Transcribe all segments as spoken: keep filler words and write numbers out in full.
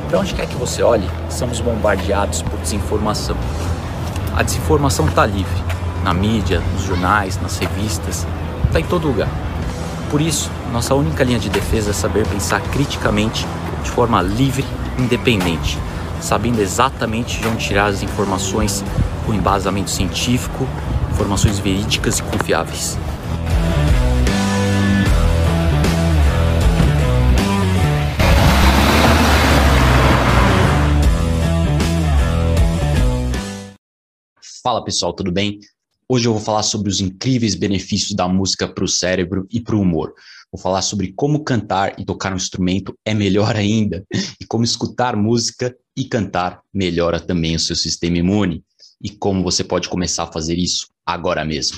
Para onde quer que você olhe, somos bombardeados por desinformação. A desinformação está livre, na mídia, nos jornais, nas revistas, está em todo lugar. Por isso, nossa única linha de defesa é saber pensar criticamente, de forma livre e independente, sabendo exatamente de onde tirar as informações com embasamento científico, informações verídicas e confiáveis. Fala pessoal, tudo bem? Hoje eu vou falar sobre os incríveis benefícios da música para o cérebro e para o humor. Vou falar sobre como cantar e tocar um instrumento é melhor ainda, e como escutar música e cantar melhora também o seu sistema imune, e como você pode começar a fazer isso agora mesmo.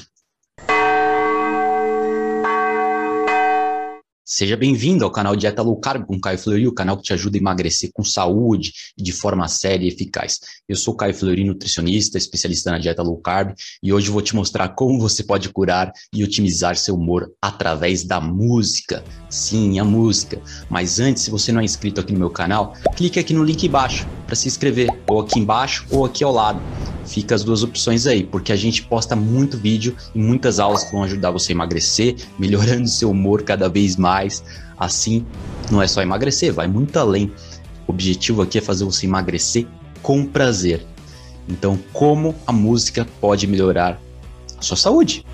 Seja bem-vindo ao canal Dieta Low Carb com Caio Fleury, o canal que te ajuda a emagrecer com saúde e de forma séria e eficaz. Eu sou Caio Fleury, nutricionista, especialista na dieta low carb, e hoje eu vou te mostrar como você pode curar e otimizar seu humor através da música. Sim, a música. Mas antes, se você não é inscrito aqui no meu canal, clique aqui no link embaixo para se inscrever, ou aqui embaixo ou aqui ao lado. Fica as duas opções aí, porque a gente posta muito vídeo e muitas aulas que vão ajudar você a emagrecer, melhorando seu humor cada vez mais. Assim, não é só emagrecer, vai muito além. O objetivo aqui é fazer você emagrecer com prazer. Então, como a música pode melhorar a sua saúde?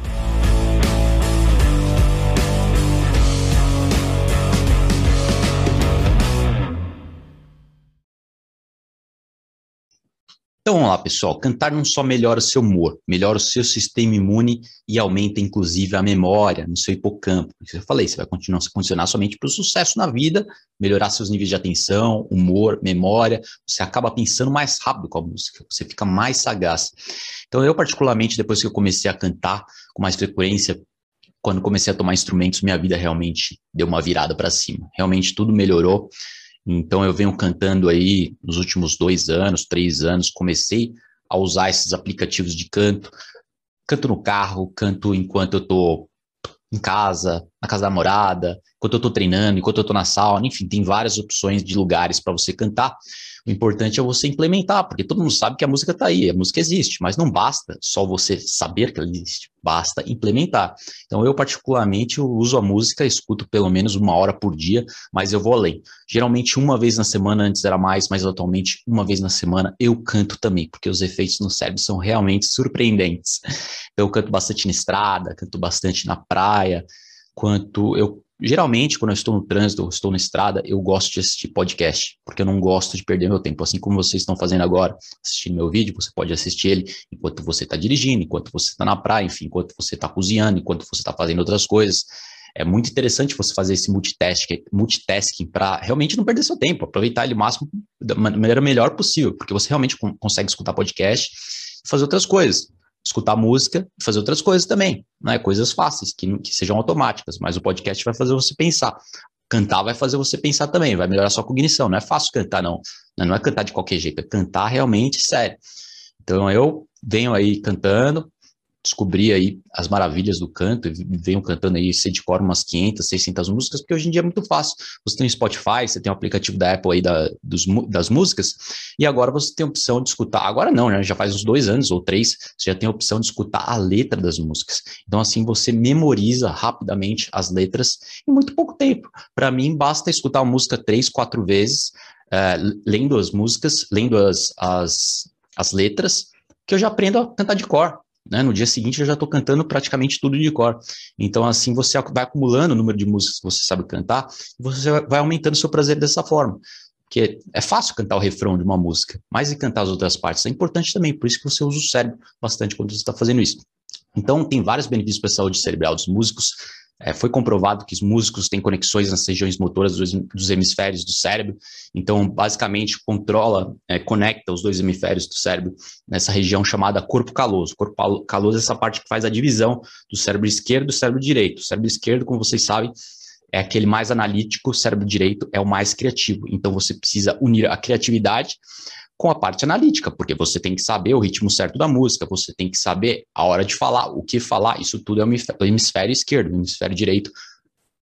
Então vamos lá, pessoal. Cantar não só melhora o seu humor, melhora o seu sistema imune e aumenta, inclusive, a memória no seu hipocampo. Como eu falei, você vai continuar a condicionar somente para o sucesso na vida, melhorar seus níveis de atenção, humor, memória. Você acaba pensando mais rápido com a música, você fica mais sagaz. Então eu, particularmente, depois que eu comecei a cantar com mais frequência, quando comecei a tomar instrumentos, minha vida realmente deu uma virada para cima. Realmente tudo melhorou. Então eu venho cantando aí nos últimos dois anos, três anos, comecei a usar esses aplicativos de canto. Canto no carro, canto enquanto eu tô em casa, na casa da namorada, enquanto eu tô treinando, enquanto eu tô na sauna, enfim, tem várias opções de lugares para você cantar. O importante é você implementar, porque todo mundo sabe que a música está aí, a música existe, mas não basta só você saber que ela existe, basta implementar. Então eu particularmente eu uso a música, escuto pelo menos uma hora por dia, mas eu vou além. Geralmente uma vez na semana, antes era mais, mas atualmente uma vez na semana eu canto também, porque os efeitos no cérebro são realmente surpreendentes. Então eu canto bastante na estrada, canto bastante na praia, quanto eu... Geralmente, quando eu estou no trânsito ou estou na estrada, eu gosto de assistir podcast, porque eu não gosto de perder meu tempo. Assim como vocês estão fazendo agora, assistindo meu vídeo, você pode assistir ele enquanto você está dirigindo, enquanto você está na praia, enfim, enquanto você está cozinhando, enquanto você está fazendo outras coisas. É muito interessante você fazer esse multitasking, multitasking para realmente não perder seu tempo, aproveitar ele o máximo da maneira melhor possível, porque você realmente consegue escutar podcast e fazer outras coisas. Escutar música e fazer outras coisas também, né? Coisas fáceis, que, que sejam automáticas, mas o podcast vai fazer você pensar. Cantar vai fazer você pensar também, vai melhorar a sua cognição. Não é fácil cantar, não. Não é cantar de qualquer jeito, é cantar realmente sério. Então eu venho aí cantando, descobri aí as maravilhas do canto, venho cantando aí, sei de cor umas quinhentas, seiscentas músicas, porque hoje em dia é muito fácil. Você tem o Spotify, você tem o aplicativo da Apple aí da, dos, das músicas, e agora você tem a opção de escutar, agora não, né, já faz uns dois anos ou três, você já tem a opção de escutar a letra das músicas. Então assim você memoriza rapidamente as letras em muito pouco tempo. Para mim basta escutar a música três, quatro vezes, uh, lendo as músicas, lendo as, as, as letras, que eu já aprendo a cantar de cor. Né? No dia seguinte eu já estou cantando praticamente tudo de cor. Então assim você vai acumulando o número de músicas que você sabe cantar e você vai aumentando o seu prazer dessa forma. Porque é fácil cantar o refrão de uma música, mas e cantar as outras partes é importante também, por isso que você usa o cérebro bastante quando você está fazendo isso. Então tem vários benefícios para a saúde cerebral dos músicos. É, foi comprovado que os músicos têm conexões nas regiões motoras dos, dos hemisférios do cérebro, então basicamente controla, é, conecta os dois hemisférios do cérebro nessa região chamada corpo caloso. Corpo caloso é essa parte que faz a divisão do cérebro esquerdo e do cérebro direito. O cérebro esquerdo, como vocês sabem, é aquele mais analítico, o cérebro direito é o mais criativo, então você precisa unir a criatividade com a parte analítica, porque você tem que saber o ritmo certo da música, você tem que saber a hora de falar, o que falar, isso tudo é o hemisfério esquerdo, o hemisfério direito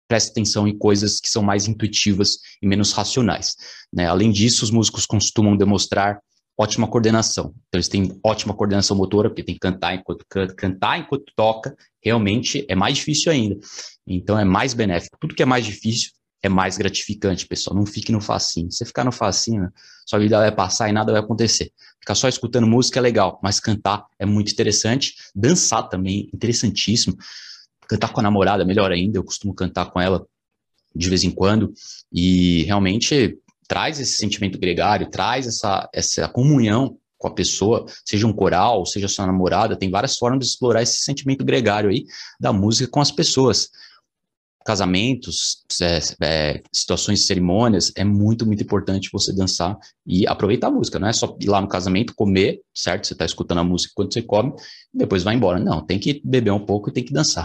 presta atenção em coisas que são mais intuitivas e menos racionais, né? Além disso, os músicos costumam demonstrar ótima coordenação. Então, eles têm ótima coordenação motora, porque tem que cantar enquanto canta, cantar enquanto toca, realmente é mais difícil ainda. Então, é mais benéfico. Tudo que é mais difícil é mais gratificante, pessoal. Não fique no facinho. Se você ficar no facinho, sua vida vai passar e nada vai acontecer. Ficar só escutando música é legal, mas cantar é muito interessante. Dançar também, interessantíssimo. Cantar com a namorada, melhor ainda. Eu costumo cantar com ela de vez em quando. E realmente traz esse sentimento gregário, traz essa, essa comunhão com a pessoa, seja um coral, seja sua namorada. Tem várias formas de explorar esse sentimento gregário aí da música com as pessoas. Casamentos, é, é, situações, cerimônias, é muito, muito importante você dançar e aproveitar a música. Não é só ir lá no casamento, comer, certo? Você está escutando a música quando você come, e depois vai embora. Não, tem que beber um pouco e tem que dançar.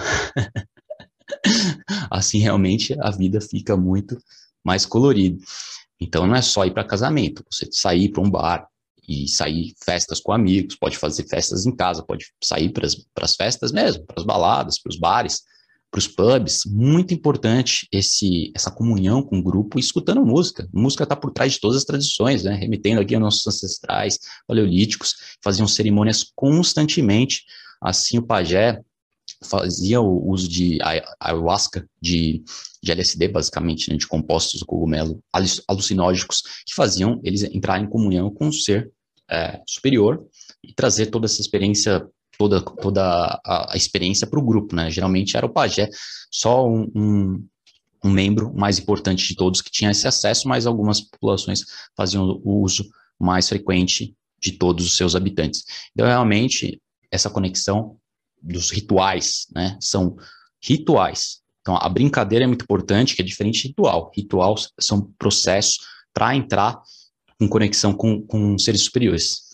Assim, realmente, a vida fica muito mais colorida. Então, não é só ir para casamento, você sair para um bar e sair festas com amigos, pode fazer festas em casa, pode sair para as festas mesmo, para as baladas, para os bares, para os pubs. Muito importante esse, essa comunhão com o grupo, escutando música. A música está por trás de todas as tradições, né? Remetendo aqui aos nossos ancestrais paleolíticos, faziam cerimônias constantemente. Assim, o pajé fazia o uso de ayahuasca, de, de L S D, basicamente, né? De compostos do cogumelo alucinógenos, que faziam eles entrarem em comunhão com o ser é, superior e trazer toda essa experiência toda, toda a, a experiência para o grupo, né? Geralmente era o pajé, só um, um, um membro mais importante de todos que tinha esse acesso, mas algumas populações faziam o uso mais frequente de todos os seus habitantes. Então, realmente, essa conexão dos rituais, né? São rituais. Então, a brincadeira é muito importante, que é diferente de ritual. Ritual são processos para entrar em conexão com, com seres superiores.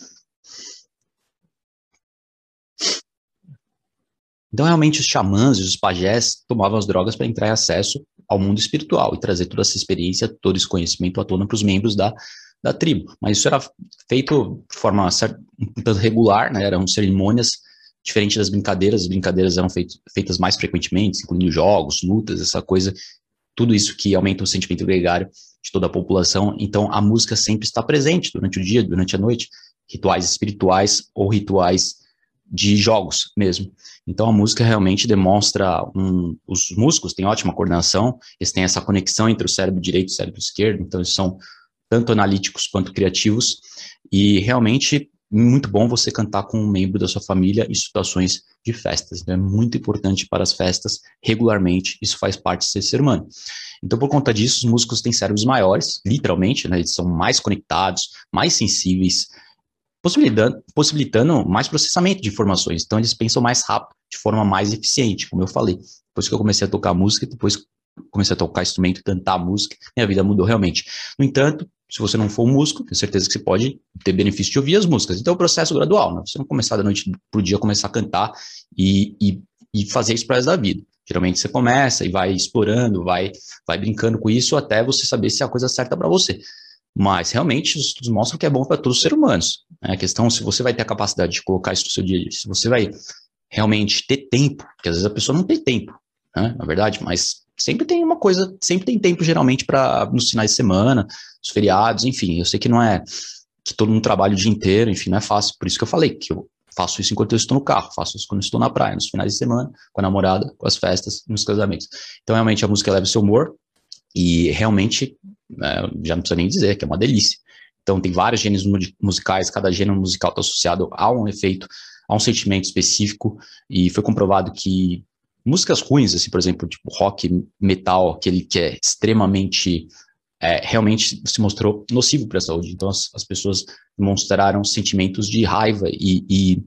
Então, realmente, os xamãs e os pajés tomavam as drogas para entrar em acesso ao mundo espiritual e trazer toda essa experiência, todo esse conhecimento à tona para os membros da, da tribo. Mas isso era feito de forma um tanto regular, né? Eram cerimônias diferentes das brincadeiras. As brincadeiras eram feito, feitas mais frequentemente, incluindo jogos, lutas, essa coisa, tudo isso que aumenta o sentimento gregário de toda a população. Então, a música sempre está presente durante o dia, durante a noite, rituais espirituais ou rituais de jogos mesmo. Então, a música realmente demonstra, um, os músicos têm ótima coordenação, eles têm essa conexão entre o cérebro direito e o cérebro esquerdo, então eles são tanto analíticos quanto criativos, e realmente muito bom você cantar com um membro da sua família em situações de festas. Então, é muito importante para as festas, regularmente, isso faz parte de ser ser humano. Então, por conta disso, os músicos têm cérebros maiores, literalmente, né? Eles são mais conectados, mais sensíveis, possibilitando, possibilitando mais processamento de informações. Então, eles pensam mais rápido, de forma mais eficiente, como eu falei. Depois que eu comecei a tocar música, depois comecei a tocar instrumento e cantar música, minha vida mudou realmente. No entanto, se você não for um músico, tenho certeza que você pode ter benefício de ouvir as músicas. Então, é um processo gradual, né? Você não começar da noite para o dia, começar a cantar e, e, e fazer isso para o resto da vida. Geralmente você começa e vai explorando, vai, vai brincando com isso até você saber se é a coisa certa para você. Mas, realmente, os estudos mostram que é bom para todos os seres humanos. A questão é se você vai ter a capacidade de colocar isso no seu dia a dia, se você vai realmente ter tempo, porque às vezes a pessoa não tem tempo, né? Na verdade, mas sempre tem uma coisa, sempre tem tempo, geralmente, para nos finais de semana, os feriados, enfim. Eu sei que não é que todo mundo trabalha o dia inteiro, enfim, não é fácil. Por isso que eu falei que eu faço isso enquanto eu estou no carro, faço isso quando eu estou na praia, nos finais de semana, com a namorada, com as festas, nos casamentos. Então, realmente, a música leva o seu humor e realmente, é, já não precisa nem dizer, que é uma delícia. Então, tem vários gêneros musicais, cada gênero musical está associado a um efeito, a um sentimento específico, e foi comprovado que músicas ruins, assim, por exemplo, tipo rock, metal, aquele que é extremamente, é, realmente se mostrou nocivo para a saúde. Então, as, as pessoas demonstraram sentimentos de raiva e, e,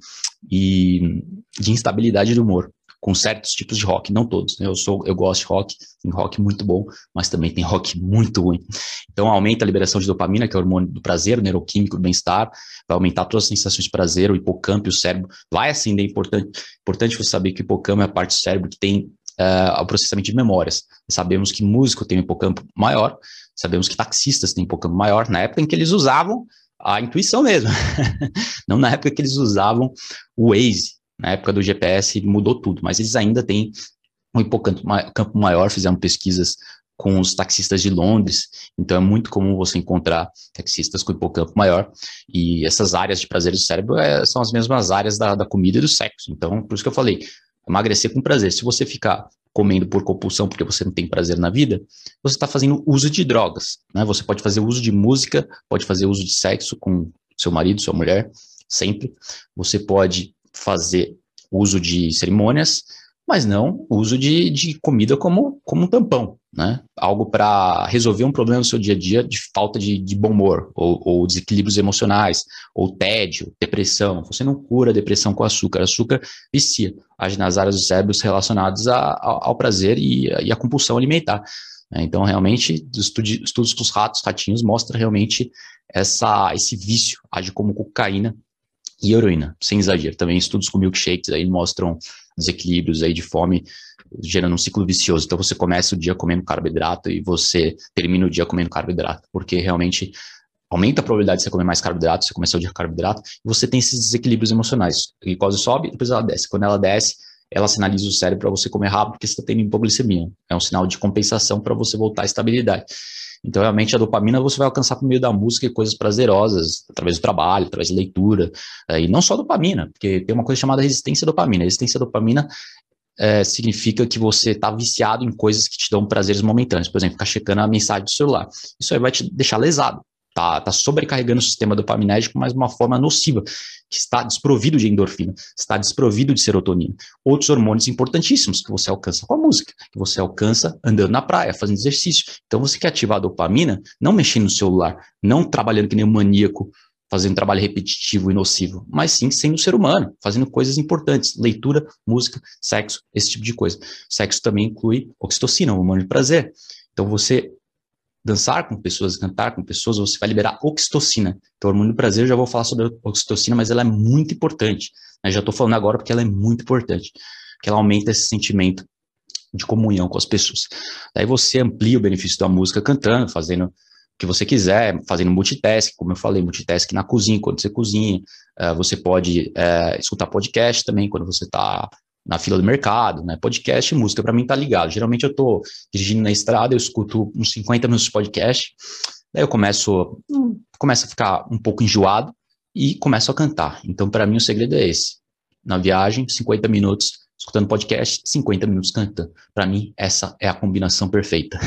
e de instabilidade do humor com certos tipos de rock, não todos, né? Eu sou, eu gosto de rock, tem rock muito bom, mas também tem rock muito ruim. Então, aumenta a liberação de dopamina, que é o hormônio do prazer, o neuroquímico do bem-estar, vai aumentar todas as sensações de prazer, o hipocampo e o cérebro vai acender. É importante, importante você saber que o hipocampo é a parte do cérebro que tem uh, o processamento de memórias. Sabemos que músico tem um hipocampo maior, sabemos que taxistas têm um hipocampo maior, na época em que eles usavam a intuição mesmo, não na época que eles usavam o Waze. Na época do G P S mudou tudo, mas eles ainda têm um hipocampo ma- campo maior, fizemos pesquisas com os taxistas de Londres, então é muito comum você encontrar taxistas com hipocampo maior, e essas áreas de prazer do cérebro é, são as mesmas áreas da, da comida e do sexo, então por isso que eu falei, emagrecer com prazer. Se você ficar comendo por compulsão porque você não tem prazer na vida, você está fazendo uso de drogas, né? Você pode fazer uso de música, pode fazer uso de sexo com seu marido, sua mulher, sempre. Você pode fazer uso de cerimônias, mas não uso de, de comida como, como um tampão, né? Algo para resolver um problema no seu dia a dia de falta de, de bom humor, ou, ou desequilíbrios emocionais, ou tédio, depressão. Você não cura a depressão com açúcar. Açúcar vicia, age nas áreas do cérebro relacionadas a, a, ao prazer e, e à compulsão alimentar. Então, realmente, os estudos, estudos com os ratos, ratinhos, mostram realmente essa, esse vício, age como cocaína e heroína, sem exagero. Também estudos com milkshakes aí mostram desequilíbrios aí de fome, gerando um ciclo vicioso. Então você começa o dia comendo carboidrato e você termina o dia comendo carboidrato, porque realmente aumenta a probabilidade de você comer mais carboidrato, você começar o dia com carboidrato, e você tem esses desequilíbrios emocionais. A glicose sobe, depois ela desce. Quando ela desce, ela sinaliza o cérebro para você comer rápido, porque você está tendo hipoglicemia. É um sinal de compensação para você voltar à estabilidade. Então, realmente, a dopamina você vai alcançar por meio da música e coisas prazerosas, através do trabalho, através da leitura, é, e não só dopamina, porque tem uma coisa chamada resistência à dopamina. A resistência à dopamina é, significa que você está viciado em coisas que te dão prazeres momentâneos. Por exemplo, ficar checando a mensagem do celular. Isso aí vai te deixar lesado. Tá, tá sobrecarregando o sistema dopaminérgico, mas de uma forma nociva, que está desprovido de endorfina, está desprovido de serotonina. Outros hormônios importantíssimos que você alcança com a música, que você alcança andando na praia, fazendo exercício. Então você quer ativar a dopamina, não mexendo no celular, não trabalhando que nem um maníaco, fazendo trabalho repetitivo e nocivo, mas sim sendo ser humano, fazendo coisas importantes, leitura, música, sexo, esse tipo de coisa. Sexo também inclui oxitocina, um hormônio de prazer. Então você dançar com pessoas, cantar com pessoas, você vai liberar oxitocina. Então, o hormônio do prazer, eu já vou falar sobre a oxitocina, mas ela é muito importante. Eu já estou falando agora porque ela é muito importante, porque ela aumenta esse sentimento de comunhão com as pessoas. Daí você amplia o benefício da música cantando, fazendo o que você quiser, fazendo multitask, como eu falei, multitask na cozinha, quando você cozinha. Uh, você pode uh, escutar podcast também, quando você está na fila do mercado, né? Podcast e música, para mim, tá ligado. Geralmente eu tô dirigindo na estrada, eu escuto uns cinquenta minutos de podcast, daí eu começo, hum, começo a ficar um pouco enjoado e começo a cantar. Então, para mim, o segredo é esse. Na viagem, cinquenta minutos escutando podcast, cinquenta minutos cantando. Para mim, essa é a combinação perfeita.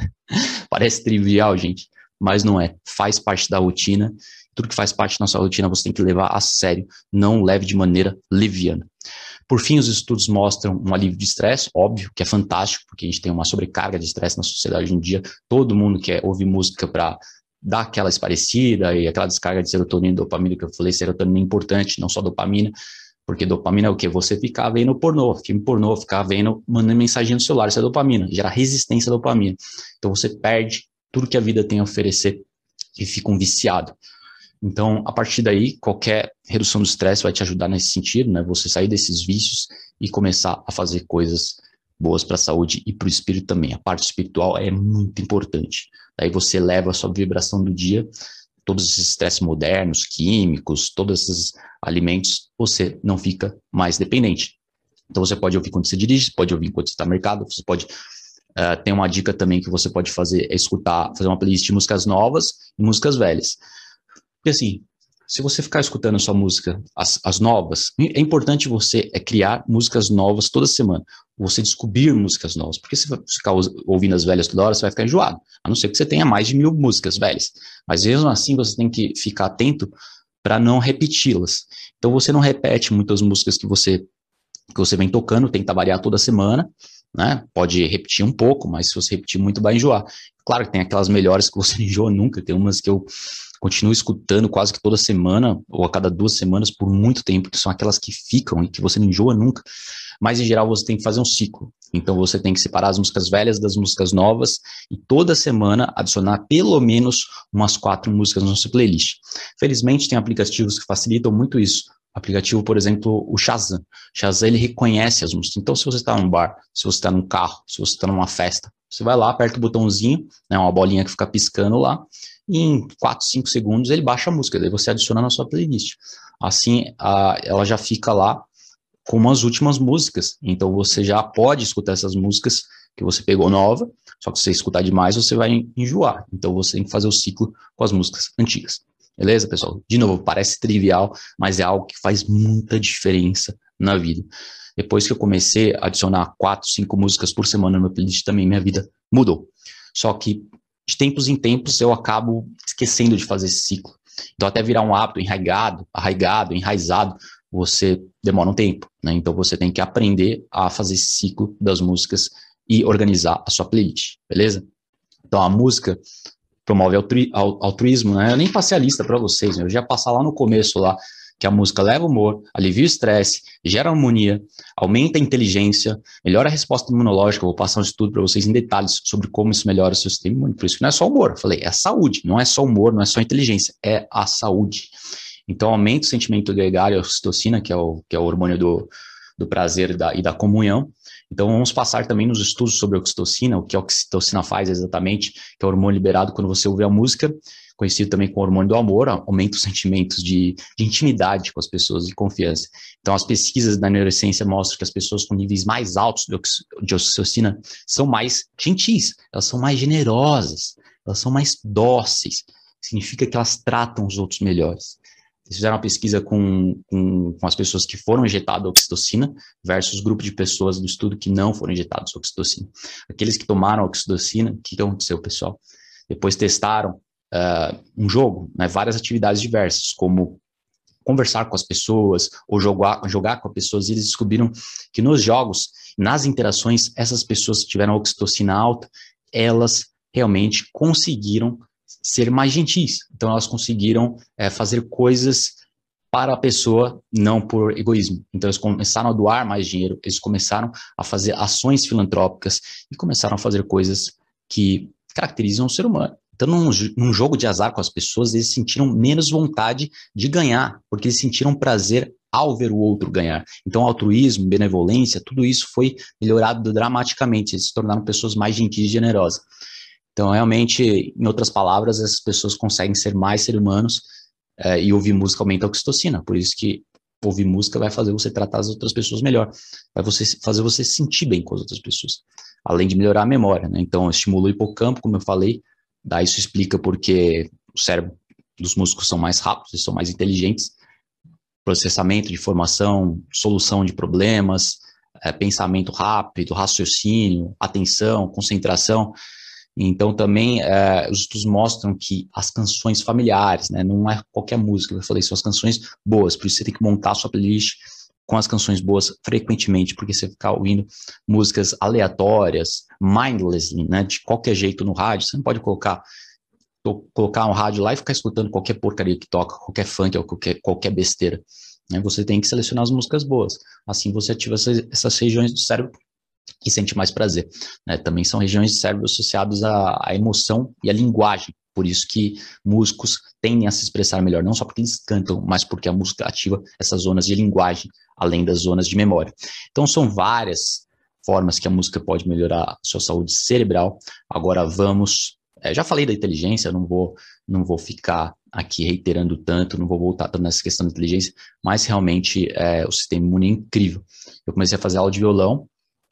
Parece trivial, gente, mas não é. Faz parte da rotina. Tudo que faz parte da nossa rotina você tem que levar a sério. Não leve de maneira leviana. Por fim, os estudos mostram um alívio de estresse, óbvio, que é fantástico, porque a gente tem uma sobrecarga de estresse na sociedade hoje em dia. Todo mundo quer ouvir música para dar aquela esparecida e aquela descarga de serotonina e dopamina que eu falei. Serotonina é importante, não só dopamina, porque dopamina é o quê? Você ficar vendo pornô, filme pornô, ficar vendo, mandando mensagem no celular, isso é dopamina, gera resistência à dopamina. Então você perde tudo que a vida tem a oferecer e fica um viciado. Então, a partir daí, qualquer redução do estresse vai te ajudar nesse sentido, né? Você sair desses vícios e começar a fazer coisas boas para a saúde e para o espírito também. A parte espiritual é muito importante. Daí você leva a sua vibração do dia, todos esses estresses modernos, químicos, todos esses alimentos, você não fica mais dependente. Então, você pode ouvir quando você dirige, pode ouvir enquanto você está no mercado, você pode... Uh, tem uma dica também que você pode fazer, é escutar, fazer uma playlist de músicas novas e músicas velhas. Porque assim, se você ficar escutando sua música, as, as novas, é importante você é criar músicas novas toda semana. Você descobrir músicas novas. Porque se você ficar ouvindo as velhas toda hora, você vai ficar enjoado. A não ser que você tenha mais de mil músicas velhas. Mas mesmo assim, você tem que ficar atento para não repeti-las. Então você não repete muitas músicas que você, que você vem tocando, tenta variar toda semana, né? Pode repetir um pouco, mas se você repetir muito, vai enjoar. Claro que tem aquelas melhores que você não enjoa nunca, tem umas que eu continuo escutando quase que toda semana, ou a cada duas semanas, por muito tempo, que são aquelas que ficam e que você não enjoa nunca. Mas, em geral, você tem que fazer um ciclo. Então, você tem que separar as músicas velhas das músicas novas e toda semana adicionar pelo menos umas quatro músicas na sua playlist. Felizmente, tem aplicativos que facilitam muito isso. O aplicativo, por exemplo, o Shazam. O Shazam, ele reconhece as músicas. Então, se você está num bar, se você está num carro, se você está numa festa, você vai lá, aperta o botãozinho, né, uma bolinha que fica piscando lá, e em quatro, cinco segundos ele baixa a música, daí você adiciona na sua playlist. Assim, a, ela já fica lá como as últimas músicas. Então você já pode escutar essas músicas que você pegou nova, só que se você escutar demais, você vai enjoar. Então você tem que fazer o ciclo com as músicas antigas. Beleza, pessoal? De novo, parece trivial, mas é algo que faz muita diferença na vida. Depois que eu comecei a adicionar quatro, cinco músicas por semana no meu playlist, também minha vida mudou. Só que de tempos em tempos eu acabo esquecendo de fazer esse ciclo. Então até virar um hábito enraigado, arraigado, enraizado, você demora um tempo, né? Então você tem que aprender a fazer esse ciclo das músicas e organizar a sua playlist, beleza? Então a música promove altru, altruísmo, né? Eu nem passei a lista para vocês, né? Eu já ia passar lá no começo lá, que a música leva humor, alivia o estresse, gera harmonia, aumenta a inteligência, melhora a resposta imunológica. Eu vou passar um estudo para vocês em detalhes sobre como isso melhora o seu sistema imune. Por isso que não é só humor, eu falei, é saúde, não é só humor, não é só inteligência, é a saúde. Então aumenta o sentimento gregário, a ocitocina, que é o, que é o hormônio do, do prazer e da, e da comunhão. Então vamos passar também nos estudos sobre a oxitocina, o que a oxitocina faz exatamente, que é o hormônio liberado quando você ouve a música, conhecido também como hormônio do amor, aumenta os sentimentos de, de intimidade com as pessoas e confiança. Então as pesquisas da neurociência mostram que as pessoas com níveis mais altos de, ox, de oxitocina são mais gentis, elas são mais generosas, elas são mais dóceis, significa que elas tratam os outros melhores. Eles fizeram uma pesquisa com, com, com as pessoas que foram injetadas oxitocina versus grupo de pessoas do estudo que não foram injetadas oxitocina. Aqueles que tomaram oxitocina, o que aconteceu, pessoal? Depois testaram uh, um jogo, né, várias atividades diversas, como conversar com as pessoas ou jogar, jogar com as pessoas, e eles descobriram que nos jogos, nas interações, essas pessoas que tiveram oxitocina alta, elas realmente conseguiram ser mais gentis. Então elas conseguiram é, fazer coisas para a pessoa, não por egoísmo. Então eles começaram a doar mais dinheiro, eles começaram a fazer ações filantrópicas e começaram a fazer coisas que caracterizam o ser humano. Então num, num jogo de azar com as pessoas, eles sentiram menos vontade de ganhar, porque eles sentiram prazer ao ver o outro ganhar. Então altruísmo, benevolência, tudo isso foi melhorado dramaticamente, eles se tornaram pessoas mais gentis e generosas. Então, realmente, em outras palavras, essas pessoas conseguem ser mais seres humanos é, e ouvir música aumenta a oxitocina. Por isso que ouvir música vai fazer você tratar as outras pessoas melhor, vai você, fazer você se sentir bem com as outras pessoas, além de melhorar a memória, né? Então, estimula o hipocampo, como eu falei, daí isso explica porque o cérebro dos músicos são mais rápidos, eles são mais inteligentes, processamento de informação, solução de problemas, é, pensamento rápido, raciocínio, atenção, concentração. Então, também, é, os estudos mostram que as canções familiares, né, não é qualquer música, eu falei, são as canções boas, por isso você tem que montar a sua playlist com as canções boas frequentemente, porque você ficar ouvindo músicas aleatórias, mindlessly, né, de qualquer jeito no rádio, você não pode colocar, colocar um rádio lá e ficar escutando qualquer porcaria que toca, qualquer funk ou qualquer, qualquer besteira. Né, você tem que selecionar as músicas boas, assim você ativa essas, essas regiões do cérebro que sente mais prazer, né? Também são regiões de cérebro associadas à, à emoção e à linguagem, por isso que músicos tendem a se expressar melhor, não só porque eles cantam, mas porque a música ativa essas zonas de linguagem, além das zonas de memória. Então são várias formas que a música pode melhorar a sua saúde cerebral. Agora vamos, é, já falei da inteligência, não vou, não vou ficar aqui reiterando tanto, não vou voltar tanto nessa questão da inteligência, mas realmente é, o sistema imune é incrível. Eu comecei a fazer aula de violão,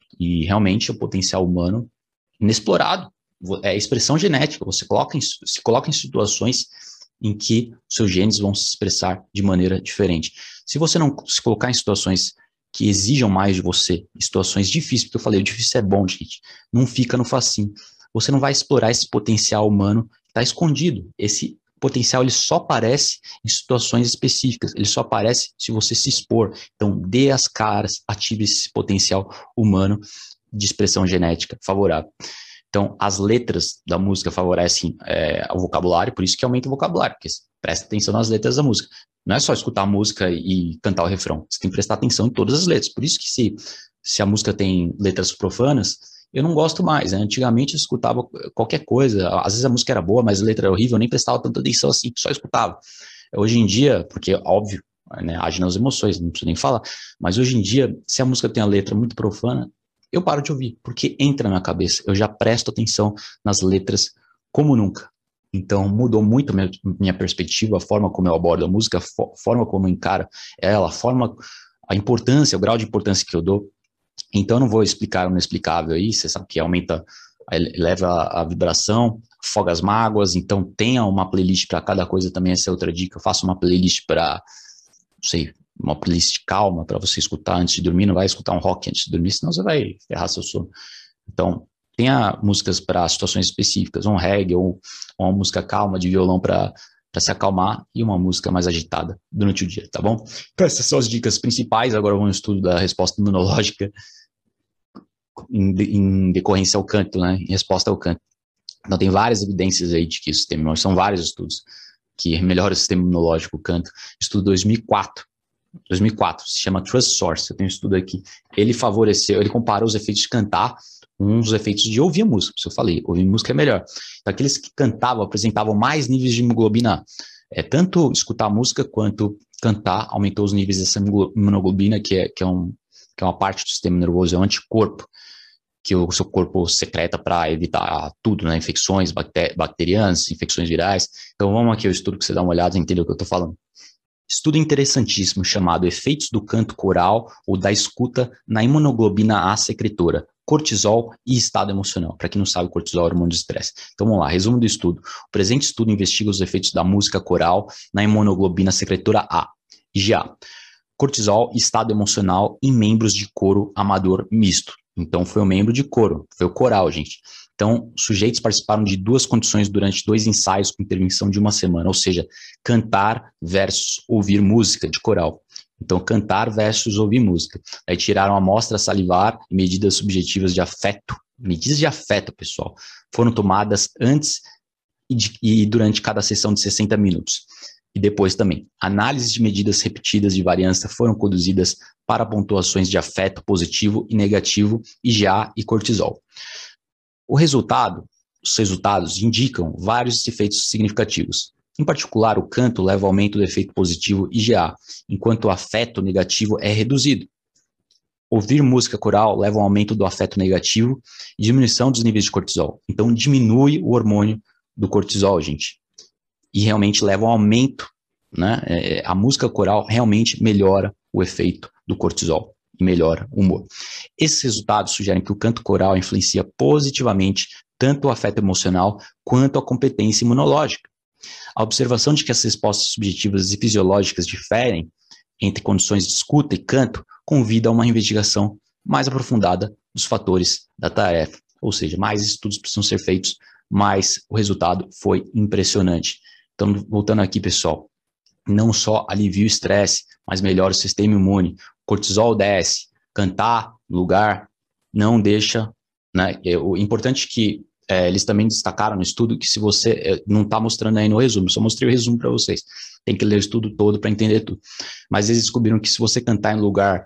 e realmente o potencial humano inexplorado, é expressão genética, você coloca em, se coloca em situações em que seus genes vão se expressar de maneira diferente. Se você não se colocar em situações que exijam mais de você, situações difíceis, porque eu falei, o difícil é bom, gente, não fica no facinho, você não vai explorar esse potencial humano que está escondido, esse potencial ele só aparece em situações específicas, ele só aparece se você se expor. Então, dê as caras, ative esse potencial humano de expressão genética favorável. Então, as letras da música favorecem é, o vocabulário, por isso que aumenta o vocabulário, porque presta atenção nas letras da música. Não é só escutar a música e cantar o refrão, você tem que prestar atenção em todas as letras. Por isso que se, se a música tem letras profanas, eu não gosto mais, né? Antigamente eu escutava qualquer coisa, às vezes a música era boa, mas a letra era horrível, eu nem prestava tanta atenção assim, só escutava. Hoje em dia, porque óbvio, né, age nas emoções, não preciso nem falar, mas hoje em dia, se a música tem a letra muito profana, eu paro de ouvir, porque entra na minha cabeça, eu já presto atenção nas letras como nunca. Então mudou muito a minha, minha perspectiva, a forma como eu abordo a música, a forma como eu encaro ela, a forma a importância, o grau de importância que eu dou. Então, eu não vou explicar o inexplicável aí, você sabe que aumenta, eleva a, a vibração, afoga as mágoas, então tenha uma playlist para cada coisa também, essa é outra dica. Eu faço uma playlist para, não sei, uma playlist calma para você escutar antes de dormir, não vai escutar um rock antes de dormir, senão você vai ferrar seu sono. Então, tenha músicas para situações específicas, um reggae ou uma música calma de violão para para se acalmar e uma música mais agitada durante o dia, tá bom? Então, essas são as dicas principais. Agora vamos ao estudo da resposta imunológica em, de, em decorrência ao canto, né? Em resposta ao canto. Então, tem várias evidências aí de que o sistema imunológico, são vários estudos que melhora o sistema imunológico, o canto. Estudo dois mil e quatro, dois mil e quatro, se chama Trust Source, eu tenho um estudo aqui. Ele favoreceu, ele comparou os efeitos de cantar com os efeitos de ouvir a música, isso eu falei, ouvir música é melhor. Então, aqueles que cantavam apresentavam mais níveis de hemoglobina A. É, tanto escutar música quanto cantar aumentou os níveis dessa imunoglobina, que é, que é, um, que é uma parte do sistema nervoso, é um anticorpo, que o seu corpo secreta para evitar tudo, né? Infecções bacterianas, infecções virais. Então, vamos aqui ao estudo que você dá uma olhada e entender o que eu estou falando. Estudo interessantíssimo chamado Efeitos do Canto Coral ou da Escuta na Imunoglobina A Secretora, Cortisol e Estado Emocional. Para quem não sabe, o cortisol é hormônio de estresse. Então vamos lá, resumo do estudo. O presente estudo investiga os efeitos da música coral na imunoglobina secretora A, I G A, cortisol e estado emocional em membros de coro amador misto. Então foi um membro de coro, foi o coral, gente. Então, sujeitos participaram de duas condições durante dois ensaios com intervenção de uma semana, ou seja, cantar versus ouvir música de coral. Então, cantar versus ouvir música. Aí tiraram amostra salivar e medidas subjetivas de afeto. Medidas de afeto, pessoal, foram tomadas antes e, de, e durante cada sessão de sessenta minutos. E depois também, análises de medidas repetidas de variância foram conduzidas para pontuações de afeto positivo e negativo, I G A e cortisol. O resultado, os resultados indicam vários efeitos significativos. Em particular, o canto leva ao aumento do efeito positivo I G A, enquanto o afeto negativo é reduzido. Ouvir música coral leva ao aumento do afeto negativo e diminuição dos níveis de cortisol. Então, diminui o hormônio do cortisol, gente. E realmente leva ao aumento, né? É, a música coral realmente melhora o efeito do cortisol e melhora o humor. Esses resultados sugerem que o canto coral influencia positivamente tanto o afeto emocional quanto a competência imunológica. A observação de que as respostas subjetivas e fisiológicas diferem entre condições de escuta e canto convida a uma investigação mais aprofundada dos fatores da tarefa. Ou seja, mais estudos precisam ser feitos, mas o resultado foi impressionante. Então, voltando aqui, pessoal, não só alivia o estresse, mas melhora o sistema imune. Cortisol desce, cantar no lugar não deixa, né? O importante é que é, eles também destacaram no estudo que se você é, não está mostrando aí no resumo, só mostrei o resumo para vocês. Tem que ler o estudo todo para entender tudo. Mas eles descobriram que se você cantar em lugar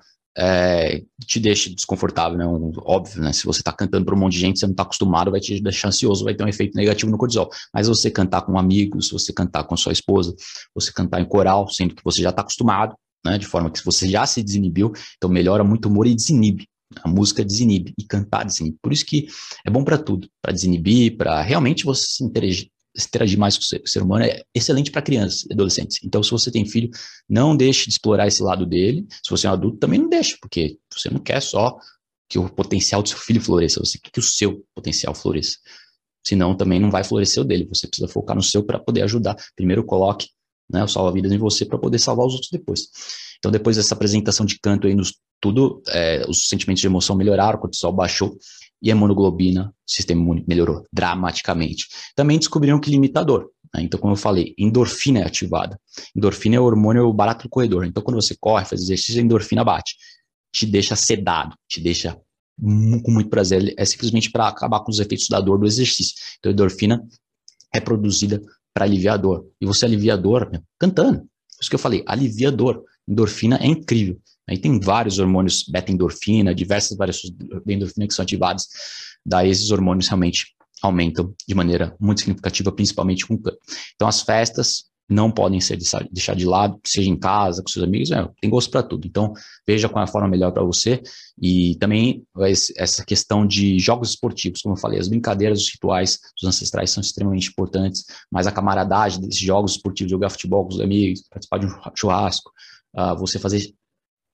é, te deixa desconfortável, né? Um, óbvio, né? Se você está cantando para um monte de gente, você não está acostumado, vai te deixar ansioso, vai ter um efeito negativo no cortisol. Mas você cantar com amigos, você cantar com sua esposa, você cantar em coral, sendo que você já está acostumado, né? De forma que você já se desinibiu, então melhora muito o humor e desinibe. A música desinibe e cantar desinibe. Por isso que é bom para tudo, para desinibir, para realmente você se interagir, se interagir mais com o ser, o ser humano. É excelente para crianças e adolescentes. Então, se você tem filho, não deixe de explorar esse lado dele. Se você é um adulto, também não deixe, porque você não quer só que o potencial do seu filho floresça, você quer que o seu potencial floresça. Senão, também não vai florescer o dele. Você precisa focar no seu para poder ajudar. Primeiro, coloque, né, o salva-vidas em você para poder salvar os outros depois. Então, depois dessa apresentação de canto aí, nos, tudo, é, os sentimentos de emoção melhoraram, o cortisol baixou e a hemoglobina, o sistema imune melhorou dramaticamente. Também descobriram que limitador, né? Então, como eu falei, endorfina é ativada. Endorfina é o hormônio barato do corredor. Então, quando você corre, faz exercício, a endorfina bate. Te deixa sedado, te deixa com muito prazer. É simplesmente para acabar com os efeitos da dor do exercício. Então, a endorfina é produzida para aliviar a dor. E você alivia a dor, né, cantando. Por isso que eu falei, alivia a dor. Endorfina é incrível. Aí tem vários hormônios beta-endorfina, diversas variações de endorfina que são ativadas. Daí esses hormônios realmente aumentam de maneira muito significativa, principalmente com o canto. Então as festas não podem ser deixadas de lado, seja em casa, com seus amigos, é, tem gosto para tudo. Então veja qual é a forma melhor para você. E também essa questão de jogos esportivos, como eu falei, as brincadeiras, os rituais dos ancestrais são extremamente importantes, mas a camaradagem desses jogos esportivos, jogar futebol com os amigos, participar de um churrasco, uh, você fazer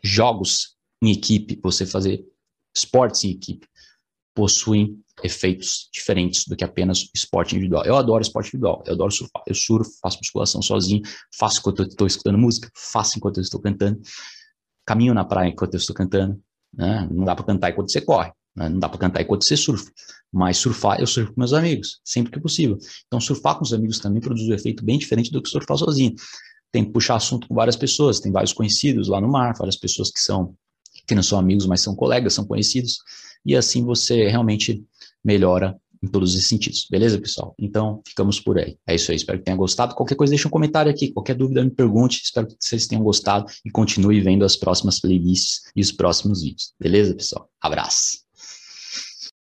jogos em equipe, você fazer esportes em equipe, possuem efeitos diferentes do que apenas esporte individual. Eu adoro esporte individual, eu adoro surfar. Eu surfo, faço musculação sozinho, faço enquanto eu estou escutando música, faço enquanto eu estou cantando, caminho na praia enquanto eu estou cantando, né? Não dá para cantar enquanto você corre, né? Não dá para cantar enquanto você surfa, mas surfar, eu surfo com meus amigos, sempre que possível. Então, surfar com os amigos também produz um efeito bem diferente do que surfar sozinho. Tem que puxar assunto com várias pessoas, tem vários conhecidos lá no mar, várias pessoas que são, que não são amigos, mas são colegas, são conhecidos, e assim você realmente melhora em todos os sentidos, beleza, pessoal? Então, ficamos por aí. É isso aí, espero que tenham gostado. Qualquer coisa, deixa um comentário aqui, qualquer dúvida me pergunte, espero que vocês tenham gostado e continue vendo as próximas playlists e os próximos vídeos, beleza, pessoal? Abraço!